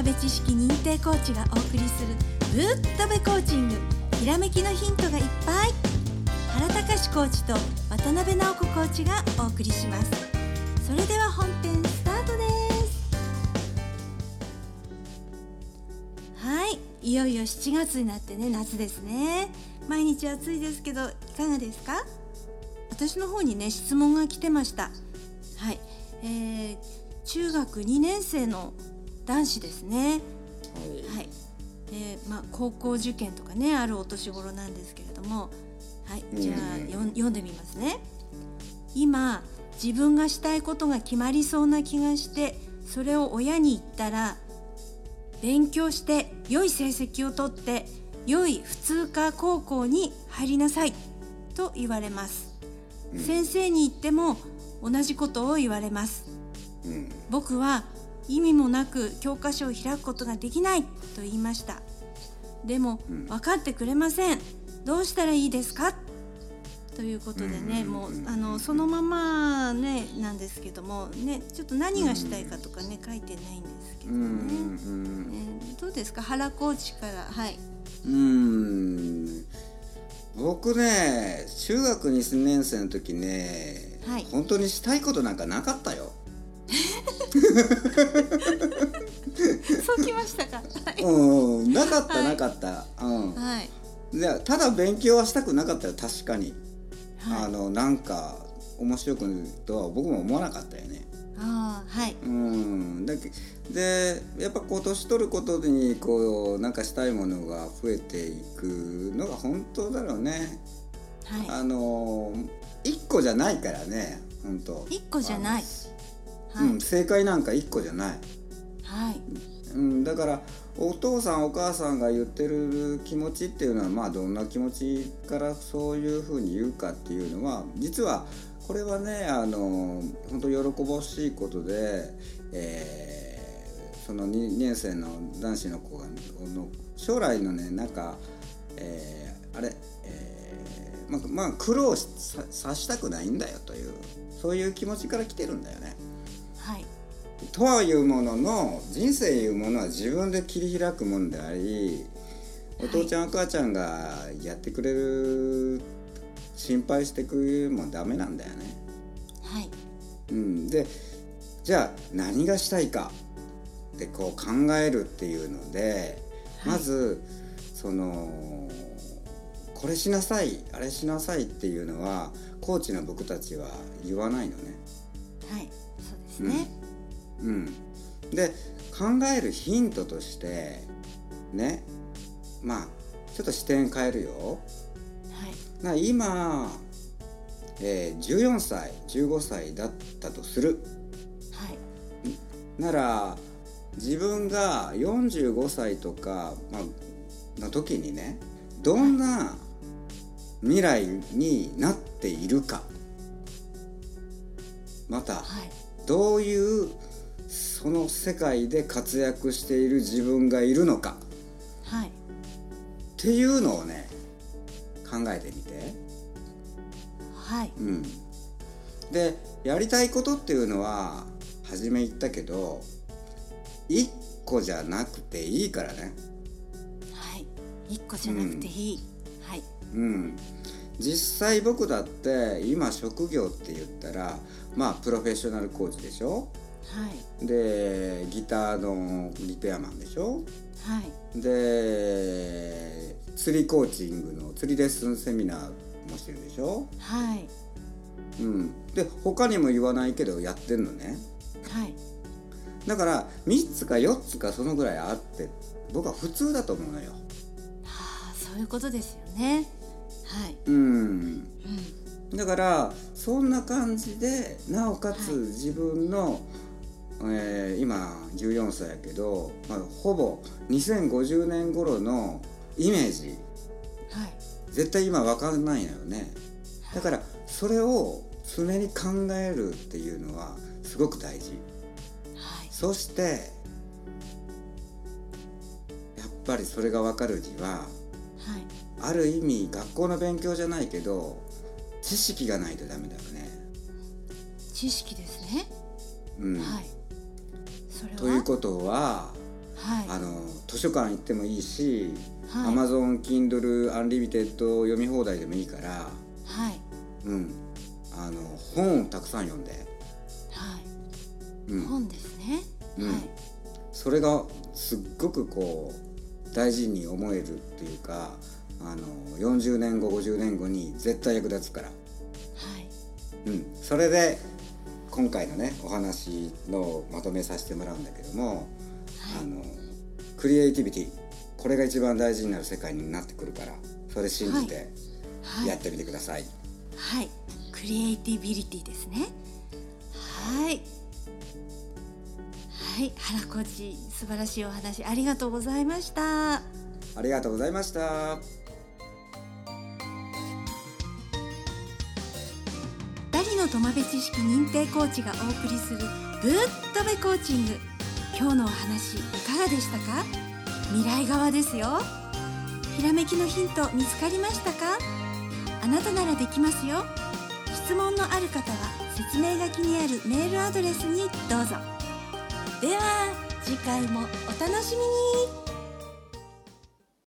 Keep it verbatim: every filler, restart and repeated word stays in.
辺知識認定コーチがお送りするぶっとべコーチング、ひらめきのヒントがいっぱい。原隆コーチと渡辺直子コーチがお送りします。それでは本編スタートです。はい、いよいよしちがつになってね、夏ですね。毎日暑いですけどいかがですか？私の方にね質問が来てました。はい、えー、中学にねん生の男子ですね。はい、はい、えーまあ、高校受験とかねあるお年頃なんですけれども、はい、じゃあ、うん、読んでみますね。今自分がしたいことが決まりそうな気がして、それを親に言ったら、勉強して良い成績を取って良い普通科高校に入りなさいと言われます。うん、先生に言っても同じことを言われます。うん、僕は意味もなく教科書を開くことができないと言いました。でも、うん、分かってくれません。どうしたらいいですかということでね、うん、もうあのそのままねなんですけどもね、ちょっと何がしたいかとかね、うん、書いてないんですけどね。うん、えー、どうですか、原コーチから。はい。 うーん僕ね、中学にねん生の時ね、はい、本当にしたいことなんかなかったよ。 そうきましたか。はい、 うん、なかったなかった、はい、うん、 はい、 でただ勉強はしたくなかったよ、確かに。はい、あのなんか面白くとは僕も思わなかったよね。 あ、はい、 うん、だけでやっぱこう年取ることにこうなんかしたいものが増えていくのが本当だろうね。はい、あの一個じゃないからね、本当。 一個じゃない。 はい、うん、正解なんか一個じゃない。 はい、 うん、だからお父さんお母さんが言ってる気持ちっていうのは、まあどんな気持ちからそういうふうに言うかっていうのは、実はこれはね、あの本当喜ばしいことで、えー、そのにねん生の男子の子がの将来のね、なんか、えー、あれ、えー、まあ、まあ苦労さ, さしたくないんだよという、そういう気持ちから来てるんだよね。 はい。 とはいうものの、人生いうものは自分で切り開くものであり、お父ちゃん、はい、お母ちゃんがやってくれる、心配してくれるもダメなんだよね。 はい。 うん、でじゃあ何がしたいかってこう考えるっていうので、はい、まずそのこれしなさいあれしなさいっていうのはコーチの僕たちは言わないのね。 はい、そうですね。 うん、うん、で考えるヒントとしてね、まあちょっと視点変えるよ。はい、今、えー、じゅうよんさいじゅうごさいだったとする。はい、なら自分がよんじゅうごさいとか、まあ、の時にね、どんな未来になっているか、また、はい、どういうその世界で活躍している自分がいるのか、はい、っていうのをね考えてみて。 はい、 うん、でやりたいことっていうのは初め言ったけどいっこじゃなくていいからね。 はい、いっこじゃなくていい、うん、はい、 うん、実際僕だって今職業って言ったらまあプロフェッショナルコーチでしょ。はい、でギターのリペアマンでしょ。はい、で釣りコーチングの釣りレッスンセミナーもしてるでしょ。はい、うん、で他にも言わないけどやってんのね。はい、だからみっつかよっつかそのぐらいあって僕は普通だと思うのよ。 はあ、そういうことですよね。はい、 うん、うん、だからそんな感じでなおかつ自分の、はい、えー、今じゅうよんさいやけど、まあ、ほぼにせんごじゅうねん頃のイメージ、はい、絶対今分かんないのよね。だからそれを常に考えるっていうのはすごく大事。はい、そしてやっぱりそれが分かるには、はい、ある意味学校の勉強じゃないけど知識がないとダメだよね。 知識ですね。 うん。 はい。それはということは、ははい、 あの図書館行ってもいいし、 はい、 Amazon Kindle Unlimited 読み放題でもいいから、 はい、 うん、あの本をたくさん読んで、 はい、 うん、 本ですね、 うん、 はい、 それがすっごくこう大事に思えるっていうか、あのよんじゅうねんごごじゅうねんごに絶対役立つから、 はい、 うん、それで今回のねお話のまとめさせてもらうんだけども、はい、あのクリエイティビティ、これが一番大事になる世界になってくるから、それ信じてやってみてください。 はい、はい、クリエイティビリティですね。はい、はい、原コーチ、素晴らしいお話ありがとうございました。 ありがとうございました。 ダリのトマベ知識認定コーチがお送りするぶっとべコーチング、今日のお話いかがでしたか？未来側ですよ。ひらめきのヒント見つかりましたか？あなたならできますよ。質問のある方は説明書きにあるメールアドレスにどうぞ。では次回もお楽しみに。